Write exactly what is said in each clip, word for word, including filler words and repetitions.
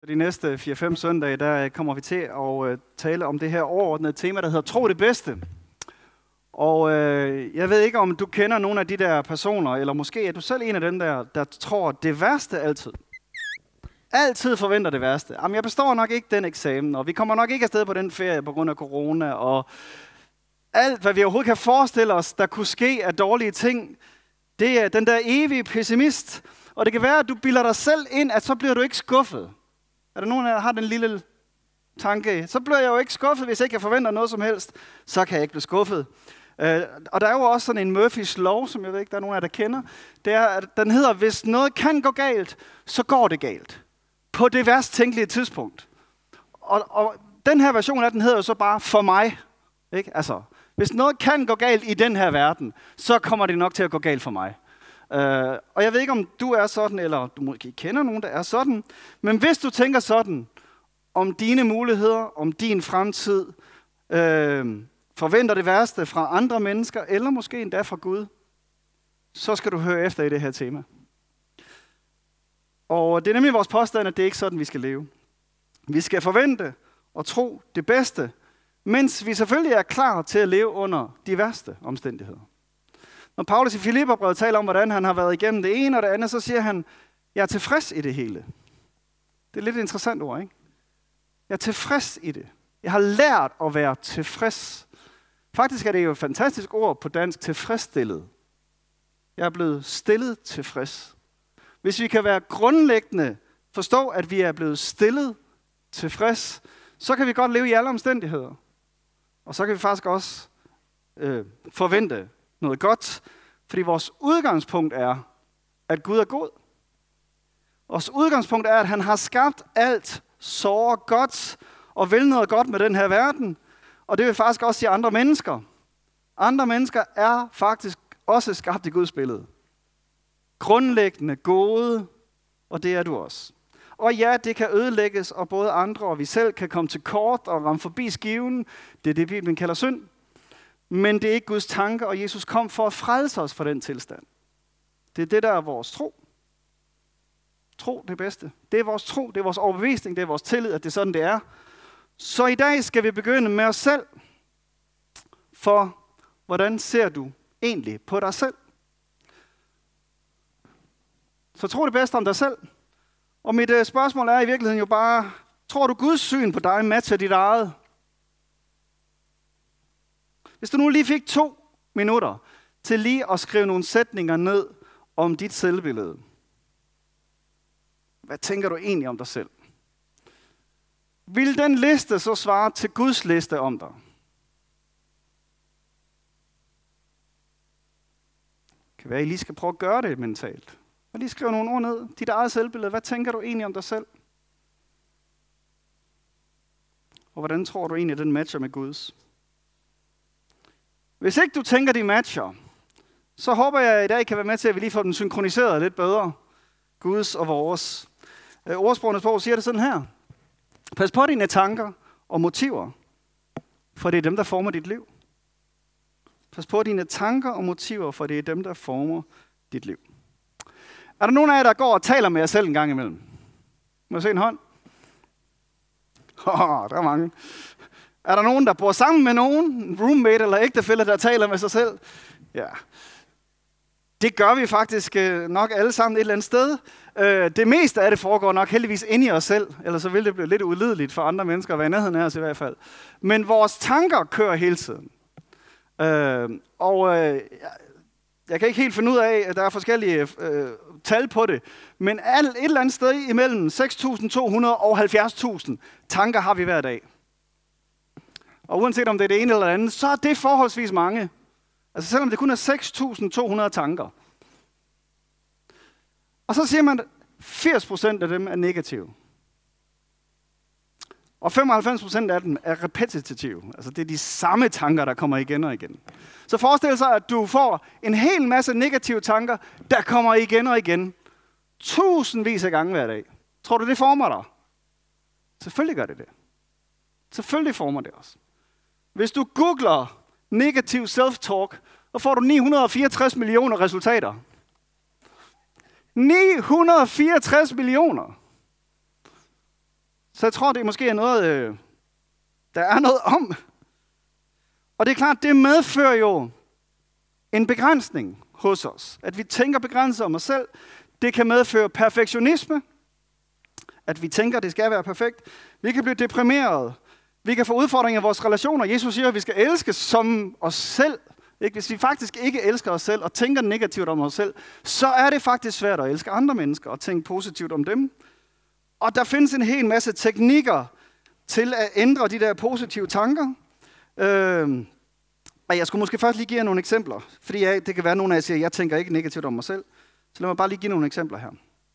De næste fire fem søndage, der kommer vi til at tale om det her overordnede tema, der hedder Tro det bedste. Og øh, jeg ved ikke, om du kender nogle af de der personer, eller måske er du selv en af dem der, der tror det værste altid. Altid forventer det værste. Jamen, jeg består nok ikke den eksamen, og vi kommer nok ikke afsted på den ferie på grund af corona, og alt, hvad vi overhovedet kan forestille os, der kunne ske af dårlige ting, det er den der evige pessimist. Og det kan være, at du bilder dig selv ind, at så bliver du ikke skuffet. Er der nogen af jer, der har den lille tanke? Så bliver jeg jo ikke skuffet, hvis jeg ikke forventer noget som helst. Så kan jeg ikke blive skuffet. Uh, og der er jo også sådan en Murphys lov, som jeg ved ikke, der er nogen af jer, der kender. Det er, at den hedder, hvis noget kan gå galt, så går det galt. På det værst tænkelige tidspunkt. Og, og den her version af den hedder jo så bare for mig. Ikke? Altså, hvis noget kan gå galt i den her verden, så kommer det nok til at gå galt for mig. Uh, og jeg ved ikke, om du er sådan, eller du måske kender nogen, der er sådan. Men hvis du tænker sådan om dine muligheder, om din fremtid, uh, forventer det værste fra andre mennesker, eller måske endda fra Gud, så skal du høre efter i det her tema. Og det er nemlig vores påstand, at det er ikke sådan, vi skal leve. Vi skal forvente og tro det bedste, mens vi selvfølgelig er klar til at leve under de værste omstændigheder. Når Paulus i Filipperbrevet taler om, hvordan han har været igennem det ene og det andet, så siger han, jeg er tilfreds i det hele. Det er lidt et interessant ord, ikke? Jeg er tilfreds i det. Jeg har lært at være tilfreds. Faktisk er det jo et fantastisk ord på dansk, tilfredsstillet. Jeg er blevet stillet tilfreds. Hvis vi kan være grundlæggende forstå, at vi er blevet stillet tilfreds, så kan vi godt leve i alle omstændigheder. Og så kan vi faktisk også øh, forvente noget godt, fordi vores udgangspunkt er, at Gud er god. Vores udgangspunkt er, at han har skabt alt så godt og vil noget godt med den her verden. Og det vil faktisk også sige andre mennesker. Andre mennesker er faktisk også skabt i Guds billede. Grundlæggende gode, og det er du også. Og ja, det kan ødelægges, og både andre og vi selv kan komme til kort og ramme forbi skiven. Det er det, Bibelen kalder synd. Men det er ikke Guds tanke, og Jesus kom for at frelse os fra den tilstand. Det er det, der er vores tro. Tro det bedste. Det er vores tro, det er vores overbevisning, det er vores tillid, at det er sådan, det er. Så i dag skal vi begynde med os selv. For hvordan ser du egentlig på dig selv? Så tro det bedste om dig selv. Og mit uh, spørgsmål er i virkeligheden jo bare, tror du Guds syn på dig matcher dit eget? Hvis du nu lige fik to minutter til lige at skrive nogle sætninger ned om dit selvbillede. Hvad tænker du egentlig om dig selv? Vil den liste så svare til Guds liste om dig? Det kan være, at I lige skal prøve at gøre det mentalt. Og lige skrive nogle ord ned. Dit eget selvbillede. Hvad tænker du egentlig om dig selv? Og hvordan tror du egentlig, at den matcher med Guds? Hvis ikke du tænker, de matcher, så håber jeg, at i dag kan være med til, at vi lige får den synkroniseret lidt bedre. Guds og vores. Ordsprogenes bog siger det sådan her. Pas på dine tanker og motiver, for det er dem, der former dit liv. Pas på dine tanker og motiver, for det er dem, der former dit liv. Er der nogen af jer, der går og taler med jer selv en gang imellem? Må jeg se en hånd? Oh, der er mange. Er der nogen, der bor sammen med nogen? En roommate eller ægtefælle, der taler med sig selv? Ja. Det gør vi faktisk nok alle sammen et eller andet sted. Det meste af det foregår nok heldigvis inde i os selv, ellers så vil det blive lidt ulideligt for andre mennesker at være i nærheden af os i hvert fald. Men vores tanker kører hele tiden. Og jeg kan ikke helt finde ud af, at der er forskellige tal på det, men et eller andet sted imellem seks tusind to hundrede og halvfjerds tusind tanker har vi hver dag. Og uanset om det er det ene eller det andet, så er det forholdsvis mange. Altså selvom det kun er seks tusind to hundrede tanker. Og så siger man, at firs procent af dem er negative. Og femoghalvfems procent af dem er repetitive. Altså det er de samme tanker, der kommer igen og igen. Så forestil sig, at du får en hel masse negative tanker, der kommer igen og igen. Tusindvis af gange hver dag. Tror du, det former dig? Selvfølgelig gør det det. Selvfølgelig former det også. Hvis du googler negativ self-talk, så får du ni hundrede og fireogtres millioner resultater. ni hundrede og fireogtres millioner. Så jeg tror, det måske er noget, øh, der er noget om. Og det er klart, det medfører jo en begrænsning hos os. At vi tænker begrænset om os selv. Det kan medføre perfektionisme. At vi tænker, at det skal være perfekt. Vi kan blive deprimeret. Vi kan få udfordringer i vores relationer. Jesus siger, at vi skal elske som os selv. Ikke? Hvis vi faktisk ikke elsker os selv og tænker negativt om os selv, så er det faktisk svært at elske andre mennesker og tænke positivt om dem. Og der findes en hel masse teknikker til at ændre de der positive tanker. Øh, og jeg skulle måske først lige give jer nogle eksempler. Fordi jeg, det kan være, at nogle af jer siger, at jeg tænker ikke negativt om mig selv. Så lad mig bare lige give nogle eksempler her.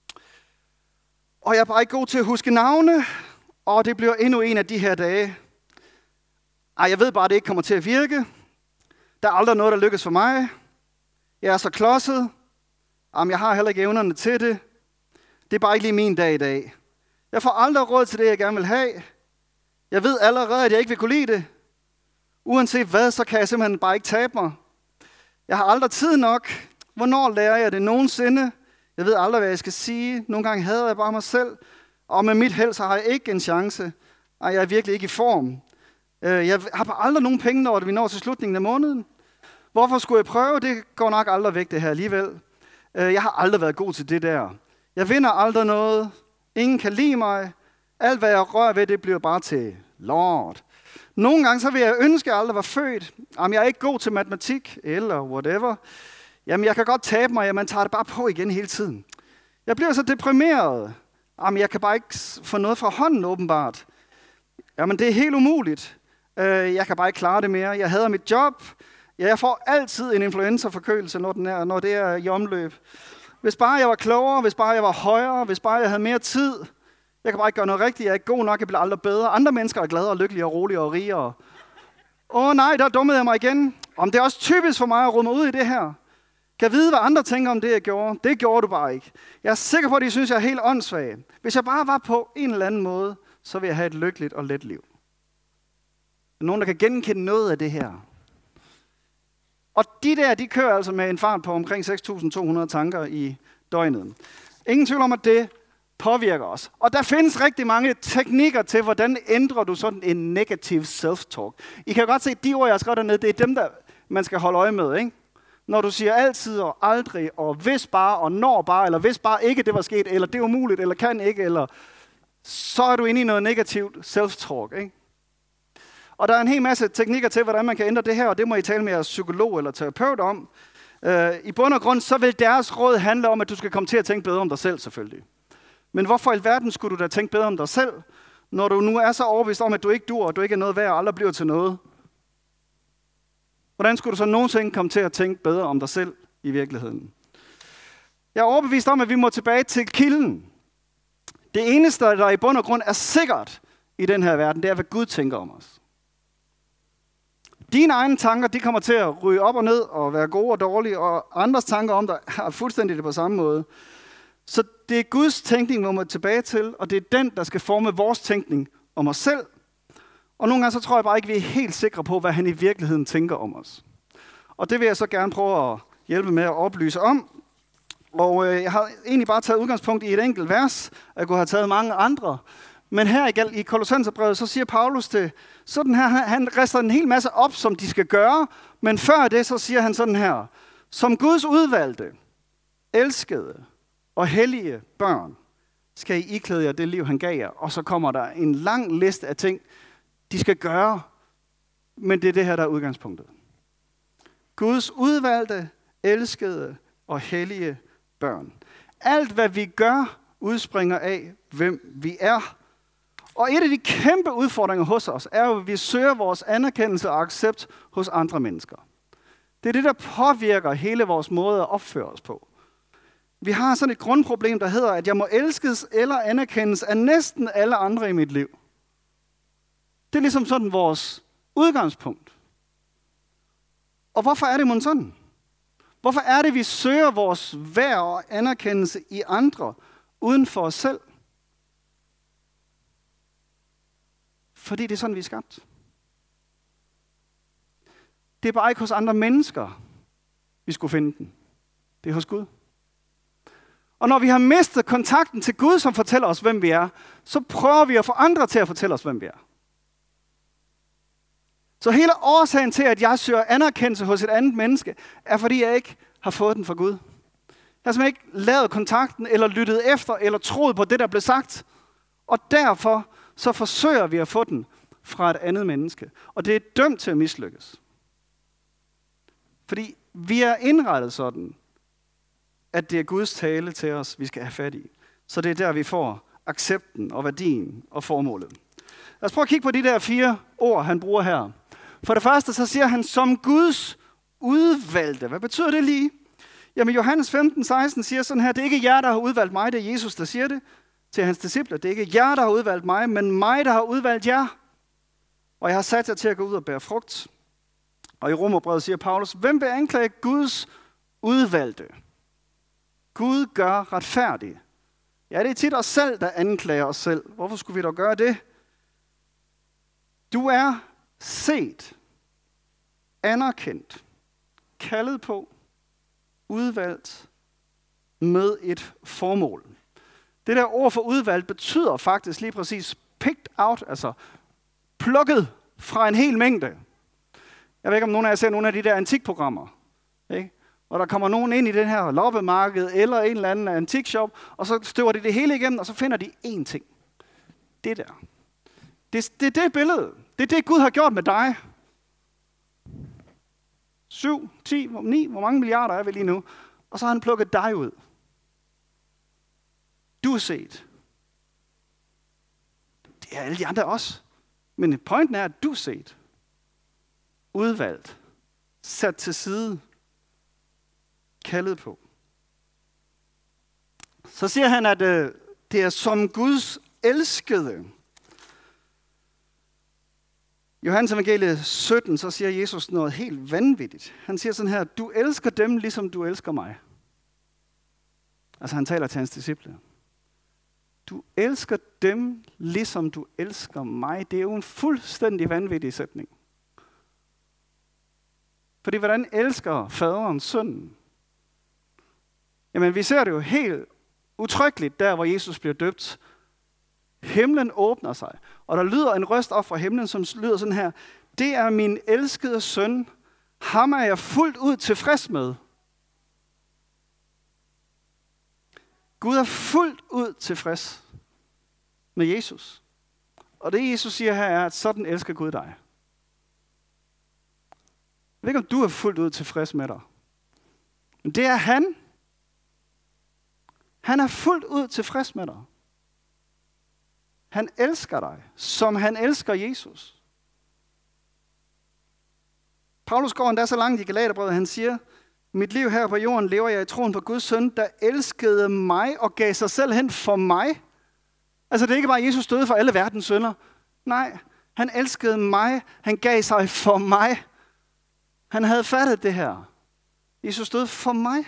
Og jeg er bare ikke god til at huske navne. Og det bliver endnu en af de her dage. Ej, jeg ved bare, at det ikke kommer til at virke. Der er aldrig noget, der lykkes for mig. Jeg er så klodset. Jamen, jeg har heller ikke evnerne til det. Det er bare ikke lige min dag i dag. Jeg får aldrig råd til det, jeg gerne vil have. Jeg ved allerede, at jeg ikke vil kunne lide det. Uanset hvad, så kan jeg simpelthen bare ikke tabe mig. Jeg har aldrig tid nok. Hvornår lærer jeg det nogensinde? Jeg ved aldrig, hvad jeg skal sige. Nogle gange hader jeg bare mig selv. Og med mit held, så har jeg ikke en chance. Ej, jeg er virkelig ikke i form. Jeg har bare aldrig nogen penge, når vi når til slutningen af måneden. Hvorfor skulle jeg prøve? Det går nok aldrig væk, det her alligevel. Jeg har aldrig været god til det der. Jeg vinder aldrig noget. Ingen kan lide mig. Alt, hvad jeg rører ved, det bliver bare til lort. Nogle gange så vil jeg ønske, at jeg aldrig var født. Jamen, jeg er ikke god til matematik, eller whatever. Jamen, jeg kan godt tabe mig, man tager det bare på igen hele tiden. Jeg bliver så deprimeret. Jamen, jeg kan bare ikke få noget fra hånden, åbenbart. Jamen, det er helt umuligt. Jeg kan bare ikke klare det mere. Jeg hader mit job. Ja, jeg får altid en influenzaforkølelse, når, den er, når det er i omløb. Hvis bare jeg var klogere, hvis bare jeg var højere, hvis bare jeg havde mere tid. Jeg kan bare ikke gøre noget rigtigt. Jeg er ikke god nok, jeg bliver aldrig bedre. Andre mennesker er gladere, lykkeligere, roligere og rigere. Åh nej, der dummede jeg mig igen. Om det er også typisk for mig at rode mig ud i det her. Kan jeg vide, hvad andre tænker om det, jeg gjorde? Det gjorde du bare ikke. Jeg er sikker på, at de synes, jeg er helt åndssvag. Hvis jeg bare var på en eller anden måde, så vil jeg have et lykkeligt og let liv. Nogen, der kan genkende noget af det her. Og de der, de kører altså med en fart på omkring seks tusind to hundrede tanker i døgnet. Ingen tvivl om, at det påvirker os. Og der findes rigtig mange teknikker til, hvordan ændrer du sådan en negativ self-talk. I kan godt se, at de ord, jeg har skrevet dernede, det er dem, der man skal holde øje med, ikke? Når du siger altid og aldrig, og hvis bare, og når bare, eller hvis bare ikke det var sket, eller det er umuligt, eller kan ikke, eller så er du inde i noget negativt self-talk, ikke? Og der er en hel masse teknikker til, hvordan man kan ændre det her, og det må I tale med jeres psykolog eller terapeut om. Uh, I bund og grund, så vil deres råd handle om, at du skal komme til at tænke bedre om dig selv, selvfølgelig. Men hvorfor i alverden skulle du da tænke bedre om dig selv, når du nu er så overbevist om, at du ikke dur, og du ikke er noget værd, og aldrig bliver til noget? Hvordan skulle du så nogensinde komme til at tænke bedre om dig selv i virkeligheden? Jeg er overbevist om, at vi må tilbage til kilden. Det eneste, der i bund og grund er sikkert i den her verden, det er, hvad Gud tænker om os. Dine egne tanker, de kommer til at ryge op og ned og være gode og dårlige, og andres tanker om dig er fuldstændig det på samme måde. Så det er Guds tænkning, vi må tilbage til, og det er den, der skal forme vores tænkning om os selv. Og nogle gange så tror jeg bare ikke, vi er helt sikre på, hvad han i virkeligheden tænker om os. Og det vil jeg så gerne prøve at hjælpe med at oplyse om. Og øh, jeg har egentlig bare taget udgangspunkt i et enkelt vers. Jeg kunne have taget mange andre. Men her i Kolossenserbrevet, så siger Paulus det sådan her. Han rister en hel masse op, som de skal gøre. Men før det, så siger han sådan her. Som Guds udvalgte, elskede og hellige børn, skal I iklæde jer det liv, han gav jer. Og så kommer der en lang liste af ting, de skal gøre. Men det er det her, der er udgangspunktet. Guds udvalgte, elskede og hellige børn. Alt, hvad vi gør, udspringer af, hvem vi er. Og et af de kæmpe udfordringer hos os, er jo, at vi søger vores anerkendelse og accept hos andre mennesker. Det er det, der påvirker hele vores måde at opføre os på. Vi har sådan et grundproblem, der hedder, at jeg må elskes eller anerkendes af næsten alle andre i mit liv. Det er ligesom sådan vores udgangspunkt. Og hvorfor er det mon sådan? Hvorfor er det, vi søger vores værd og anerkendelse i andre, uden for os selv? Fordi det er sådan, vi er skabt. Det er bare ikke hos andre mennesker, vi skulle finde den. Det er hos Gud. Og når vi har mistet kontakten til Gud, som fortæller os, hvem vi er, så prøver vi at få andre til at fortælle os, hvem vi er. Så hele årsagen til, at jeg søger anerkendelse hos et andet menneske, er fordi jeg ikke har fået den fra Gud. Jeg har simpelthen ikke lavet kontakten, eller lyttet efter, eller troet på det, der blev sagt. Og derfor så forsøger vi at få den fra et andet menneske. Og det er dømt til at mislykkes. Fordi vi er indrettet sådan, at det er Guds tale til os, vi skal have fat i. Så det er der, vi får accepten og værdien og formålet. Lad os prøve at kigge på de der fire ord, han bruger her. For det første, så siger han, som Guds udvalgte. Hvad betyder det lige? Jamen, Johannes femten seksten siger sådan her, det er ikke jer, der har udvalgt mig, det er Jesus, der siger det til hans disciple. Det er ikke jer, der har udvalgt mig, men mig, der har udvalgt jer. Og jeg har sat jer til at gå ud og bære frugt. Og i Romerbrevet siger Paulus, hvem vil anklage Guds udvalgte? Gud gør retfærdigt. Ja, det er tit os selv, der anklager os selv. Hvorfor skulle vi dog gøre det? Du er set, anerkendt, kaldet på, udvalgt med et formål. Det der ord for udvalgt betyder faktisk lige præcis picked out, altså plukket fra en hel mængde. Jeg ved ikke, om nogen af jer ser nogle af de der antikprogrammer, ikke? Og der kommer nogen ind i den her loppemarked eller en eller anden antikshop, og så støver de det hele igennem, og så finder de én ting. Det der. Det, det er det billede. Det er det, Gud har gjort med dig. Syv, ti, ni, hvor mange milliarder er vi lige nu? Og så har han plukket dig ud. Du er set. Det er alle de andre også. Men pointen er, at du er set. Udvalgt. Sat til side. Kaldet på. Så siger han, at øh, det er som Guds elskede. Johannes evangeliet sytten, så siger Jesus noget helt vanvittigt. Han siger sådan her, du elsker dem, ligesom du elsker mig. Altså han taler til hans disciple. Du elsker dem, ligesom du elsker mig. Det er jo en fuldstændig vanvittig sætning. Fordi hvordan elsker faderen sønnen? Jamen vi ser det jo helt utryggeligt der, hvor Jesus bliver døbt. Himlen åbner sig, og der lyder en røst op fra himlen, som lyder sådan her. Det er min elskede søn. Ham er jeg fuldt ud tilfreds med. Gud er fuldt ud tilfreds med Jesus. Og det Jesus siger her er, at sådan elsker Gud dig. Jeg ved ikke, om du er fuldt ud tilfreds med dig. Men det er han. Han er fuldt ud tilfreds med dig. Han elsker dig, som han elsker Jesus. Paulus går endda så langt i Galaterbrevet, han siger, mit liv her på jorden lever jeg i troen på Guds søn, der elskede mig og gav sig selv hen for mig. Altså det er ikke bare, at Jesus døde for alle verdens synder. Nej, han elskede mig, han gav sig for mig. Han havde fattet det her. Jesus døde for mig.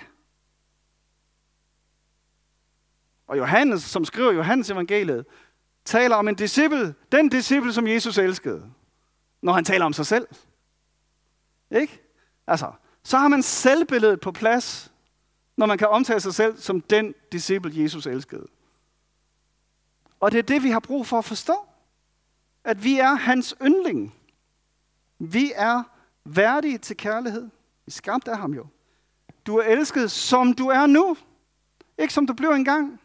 Og Johannes, som skriver Johannes evangeliet, taler om en disciple, den disciple, som Jesus elskede, når han taler om sig selv. Ikke? Altså, så har man selvbilledet på plads, når man kan omtale sig selv som den disciple, Jesus elskede. Og det er det, vi har brug for at forstå. At vi er hans yndling. Vi er værdige til kærlighed. Vi er skabt af ham jo. Du er elsket, som du er nu. Ikke som du blev engang.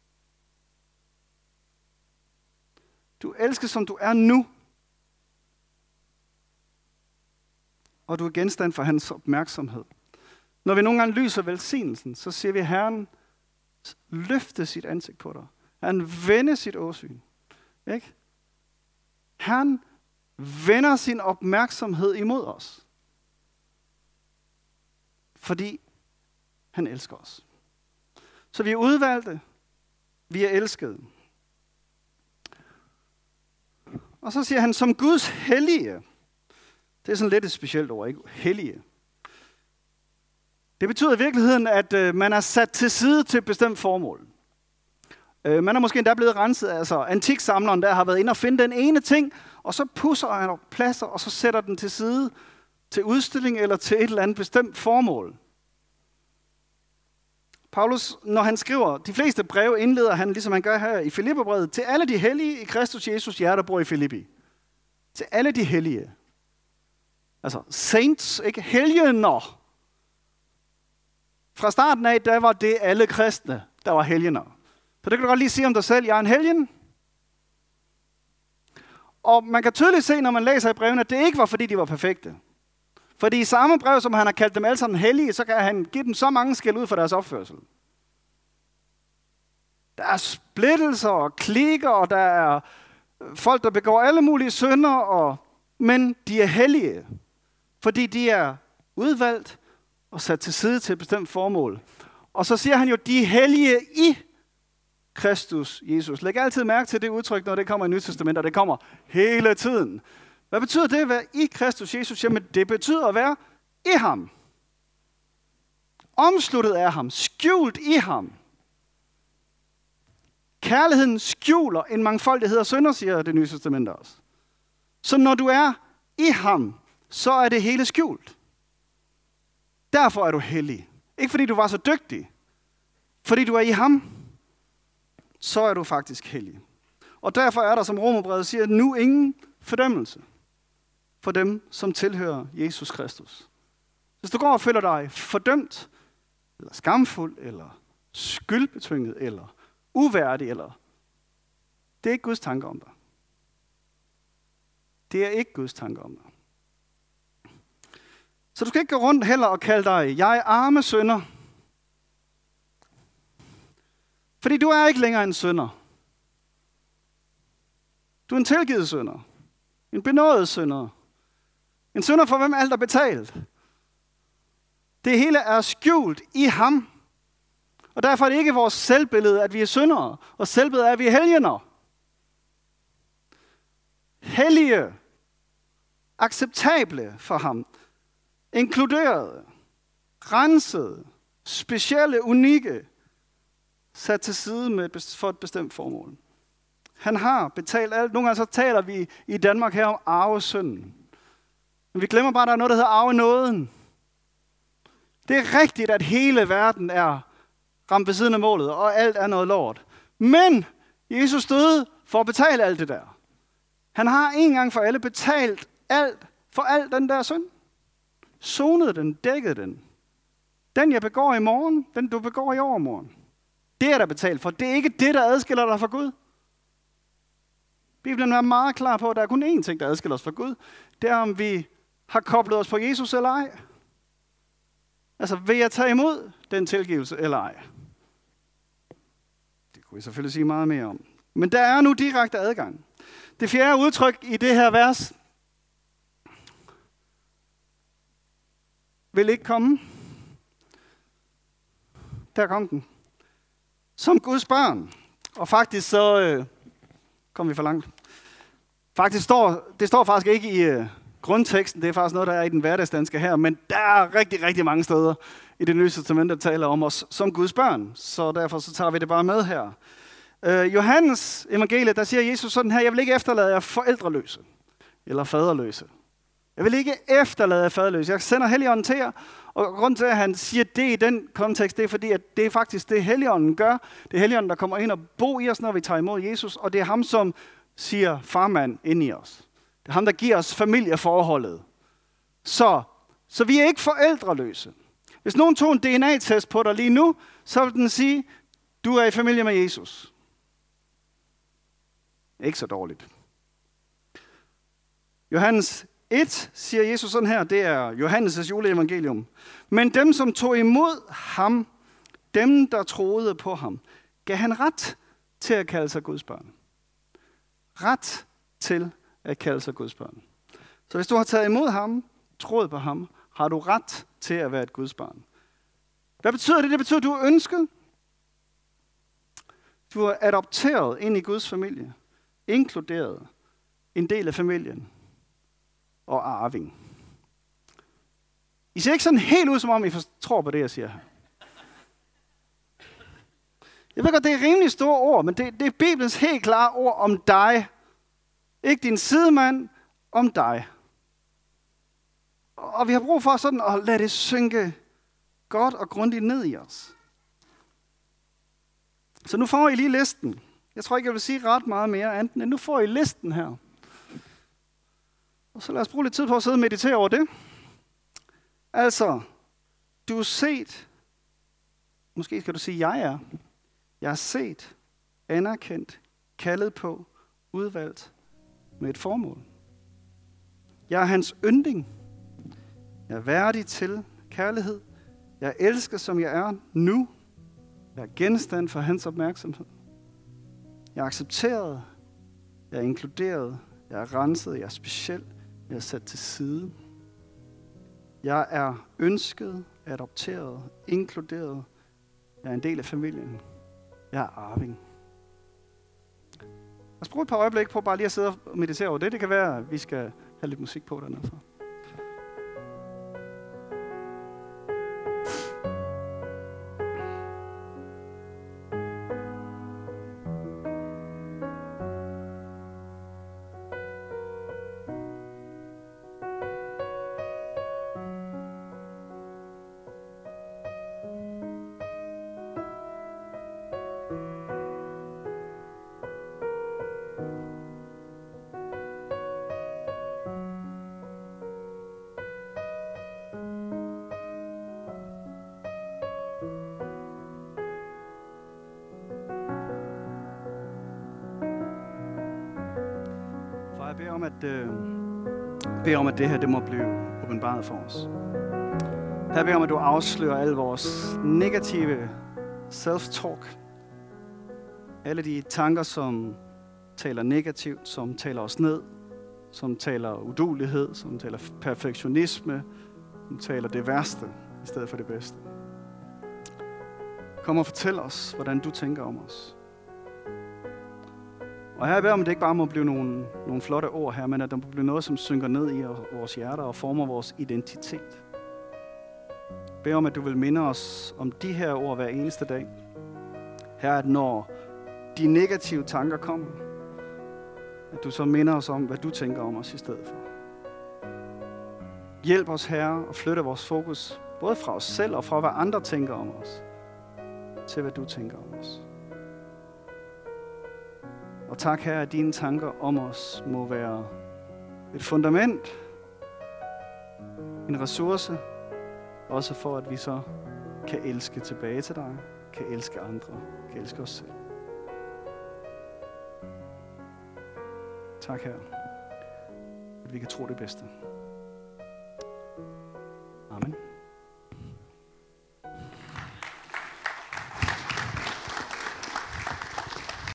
Du elsker, som du er nu. Og du er genstand for hans opmærksomhed. Når vi nogle gange lyser velsignelsen, så siger vi, at Herren løfte sit ansigt på dig. Herren vende sit åsyn. Ikke? Herren vender sin opmærksomhed imod os. Fordi han elsker os. Så vi er udvalgte. Vi er elskede. Og så siger han, som Guds hellige. Det er sådan lidt et specielt ord, ikke? Hellige. Det betyder i virkeligheden, at øh, man er sat til side til et bestemt formål. Øh, man er måske endda blevet renset, altså antiksamleren der har været inde og finde den ene ting, og så pusser han op pladser, og så sætter den til side til udstilling eller til et eller andet bestemt formål. Paulus, når han skriver, de fleste breve indleder han, ligesom han gør her i Filipperbrevet, til alle de hellige i Kristus Jesus, jer der bor i Filippi. Til alle de hellige. Altså saints, ikke helgener. Fra starten af, der var det alle kristne, der var helgener. Så det kan du godt lige sige om dig selv, jeg er en helgen. Og man kan tydeligt se, når man læser i brevene, at det ikke var, fordi de var perfekte. Fordi i samme brev, som han har kaldt dem alle sammen hellige, så kan han give dem så mange skæld ud for deres opførsel. Der er splittelser og klikker, og der er folk, der begår alle mulige synder, og, men de er hellige, fordi de er udvalgt og sat til side til et bestemt formål. Og så siger han jo, de er hellige i Kristus Jesus. Læg altid mærke til det udtryk, når det kommer i Nyt Testament, og det kommer hele tiden. Hvad betyder det at være i Kristus Jesus? Jamen, det betyder at være i ham. Omsluttet af ham. Skjult i ham. Kærligheden skjuler en mangfoldighed af synder, siger det Nye Testament også. Så når du er i ham, så er det hele skjult. Derfor er du hellig. Ikke fordi du var så dygtig. Fordi du er i ham, så er du faktisk hellig. Og derfor er der, som Romerbrevet siger, nu ingen fordømmelse for dem, som tilhører Jesus Kristus. Hvis du går og føler dig fordømt, eller skamfuld, eller skyldbetynget, eller uværdig, eller det er ikke Guds tanker om dig. Det er ikke Guds tanker om dig. Så du skal ikke gå rundt heller og kalde dig, jeg er arme synder. Fordi du er ikke længere en synder. Du er en tilgivet synder. En benådet synder. En synder for hvem alt er betalt. Det hele er skjult i ham. Og derfor er det ikke vores selvbillede, at vi er syndere. Og selvbillede er, at vi er helgener. Hellige. Acceptable for ham. Inkluderede. Rensede. Specielle, unikke. Sat til side med et, for et bestemt formål. Han har betalt alt. Nogle gange så taler vi i Danmark her om arvesynden. Men vi glemmer bare, at der er noget, der hedder arvenåden. Det er rigtigt, at hele verden er ramt ved siden af målet, og alt er noget lort. Men Jesus døde for at betale alt det der. Han har en gang for alle betalt alt for al den der synd. Sonede den, dækkede den. Den jeg begår i morgen, den du begår i overmorgen. Det er der betalt for. Det er ikke det, der adskiller dig fra Gud. Bibelen er meget klar på, at der er kun én ting, der adskiller os fra Gud. Det er, om vi har koblet os på Jesus eller ej. Altså, vil jeg tage imod den tilgivelse eller ej? Det kunne jeg selvfølgelig sige meget mere om. Men der er nu direkte adgang. Det fjerde udtryk i det her vers vil ikke komme. Der kom den. Som Guds børn. Og faktisk så øh, kom vi for langt. Faktisk står, det står faktisk ikke i øh, grundteksten, det er faktisk noget, der er i den hverdagsdanske her, men der er rigtig, rigtig mange steder i det Nye Testament, der taler om os som Guds børn. Så derfor så tager vi det bare med her. Øh, Johannes evangeliet, der siger Jesus sådan her, jeg vil ikke efterlade jer forældreløse eller faderløse. Jeg vil ikke efterlade jer faderløse. Jeg sender Helligånden til jer, og grunden til, at han siger det i den kontekst, det er fordi, at det er faktisk det, Helligånden gør. Det er Helligånden, der kommer ind og bor i os, når vi tager imod Jesus, og det er ham, som siger farmand ind i os. Det er ham, der giver os familieforholdet. Så, så vi er ikke forældreløse. Hvis nogen tog en D N A-test på dig lige nu, så vil den sige, du er i familie med Jesus. Ikke så dårligt. Johannes et siger Jesus sådan her, det er Johannes' juleevangelium. Men dem, som tog imod ham, dem, der troede på ham, gav han ret til at kalde sig Guds børn. Ret til at kalde sig Guds børn. Så hvis du har taget imod ham, troet på ham, har du ret til at være et Guds barn. Hvad betyder det? Det betyder, at du er ønsket. Du er adopteret ind i Guds familie. Inkluderet. En del af familien. Og arving. I ser ikke sådan helt ud, som om I tror på det, jeg siger her. Jeg ved godt, det er rimelig store ord, men det, det er Bibelens helt klare ord om dig. Ikke din sidemand, om dig. Og vi har brug for sådan at lade det synke godt og grundigt ned i os. Så nu får I lige listen. Jeg tror ikke, jeg vil sige ret meget mere andet, end nu får I listen her. Og så lad os bruge lidt tid på at sidde og meditere over det. Altså, du er set. Måske skal du sige, jeg er. Jeg er set, anerkendt, kaldet på, udvalgt med et formål. Jeg er hans yndling. Jeg er værdig til kærlighed. Jeg elsker, som jeg er nu. Jeg er genstand for hans opmærksomhed. Jeg er accepteret. Jeg er inkluderet. Jeg er renset. Jeg er speciel. Jeg er sat til side. Jeg er ønsket, adopteret, inkluderet. Jeg er en del af familien. Jeg er arving. Lad os bruge et par øjeblik på bare lige at sidde og meditere over det. Det kan være, at vi skal have lidt musik på dernede for. Jeg beder om, at, øh, beder om, at det her det må blive åbenbaret for os. Her beder jeg om, at du afslører al vores negative self-talk. Alle de tanker, som taler negativt, som taler os ned, som taler uduelighed, som taler perfektionisme, som taler det værste i stedet for det bedste. Kom og fortæl os, hvordan du tænker om os. Og her beder jeg om, at det ikke bare må blive nogle, nogle flotte ord her, men at der må blive noget, som synker ned i vores hjerter og former vores identitet. Jeg beder om, at du vil minde os om de her ord hver eneste dag. Her at når de negative tanker kommer, at du så minder os om, hvad du tænker om os i stedet for. Hjælp os, Herre, og flytte vores fokus, både fra os selv og fra, hvad andre tænker om os, til hvad du tænker om os. Og tak, Herre, at dine tanker om os må være et fundament, en ressource, også for, at vi så kan elske tilbage til dig, kan elske andre, kan elske os selv. Tak, Herre, at vi kan tro det bedste.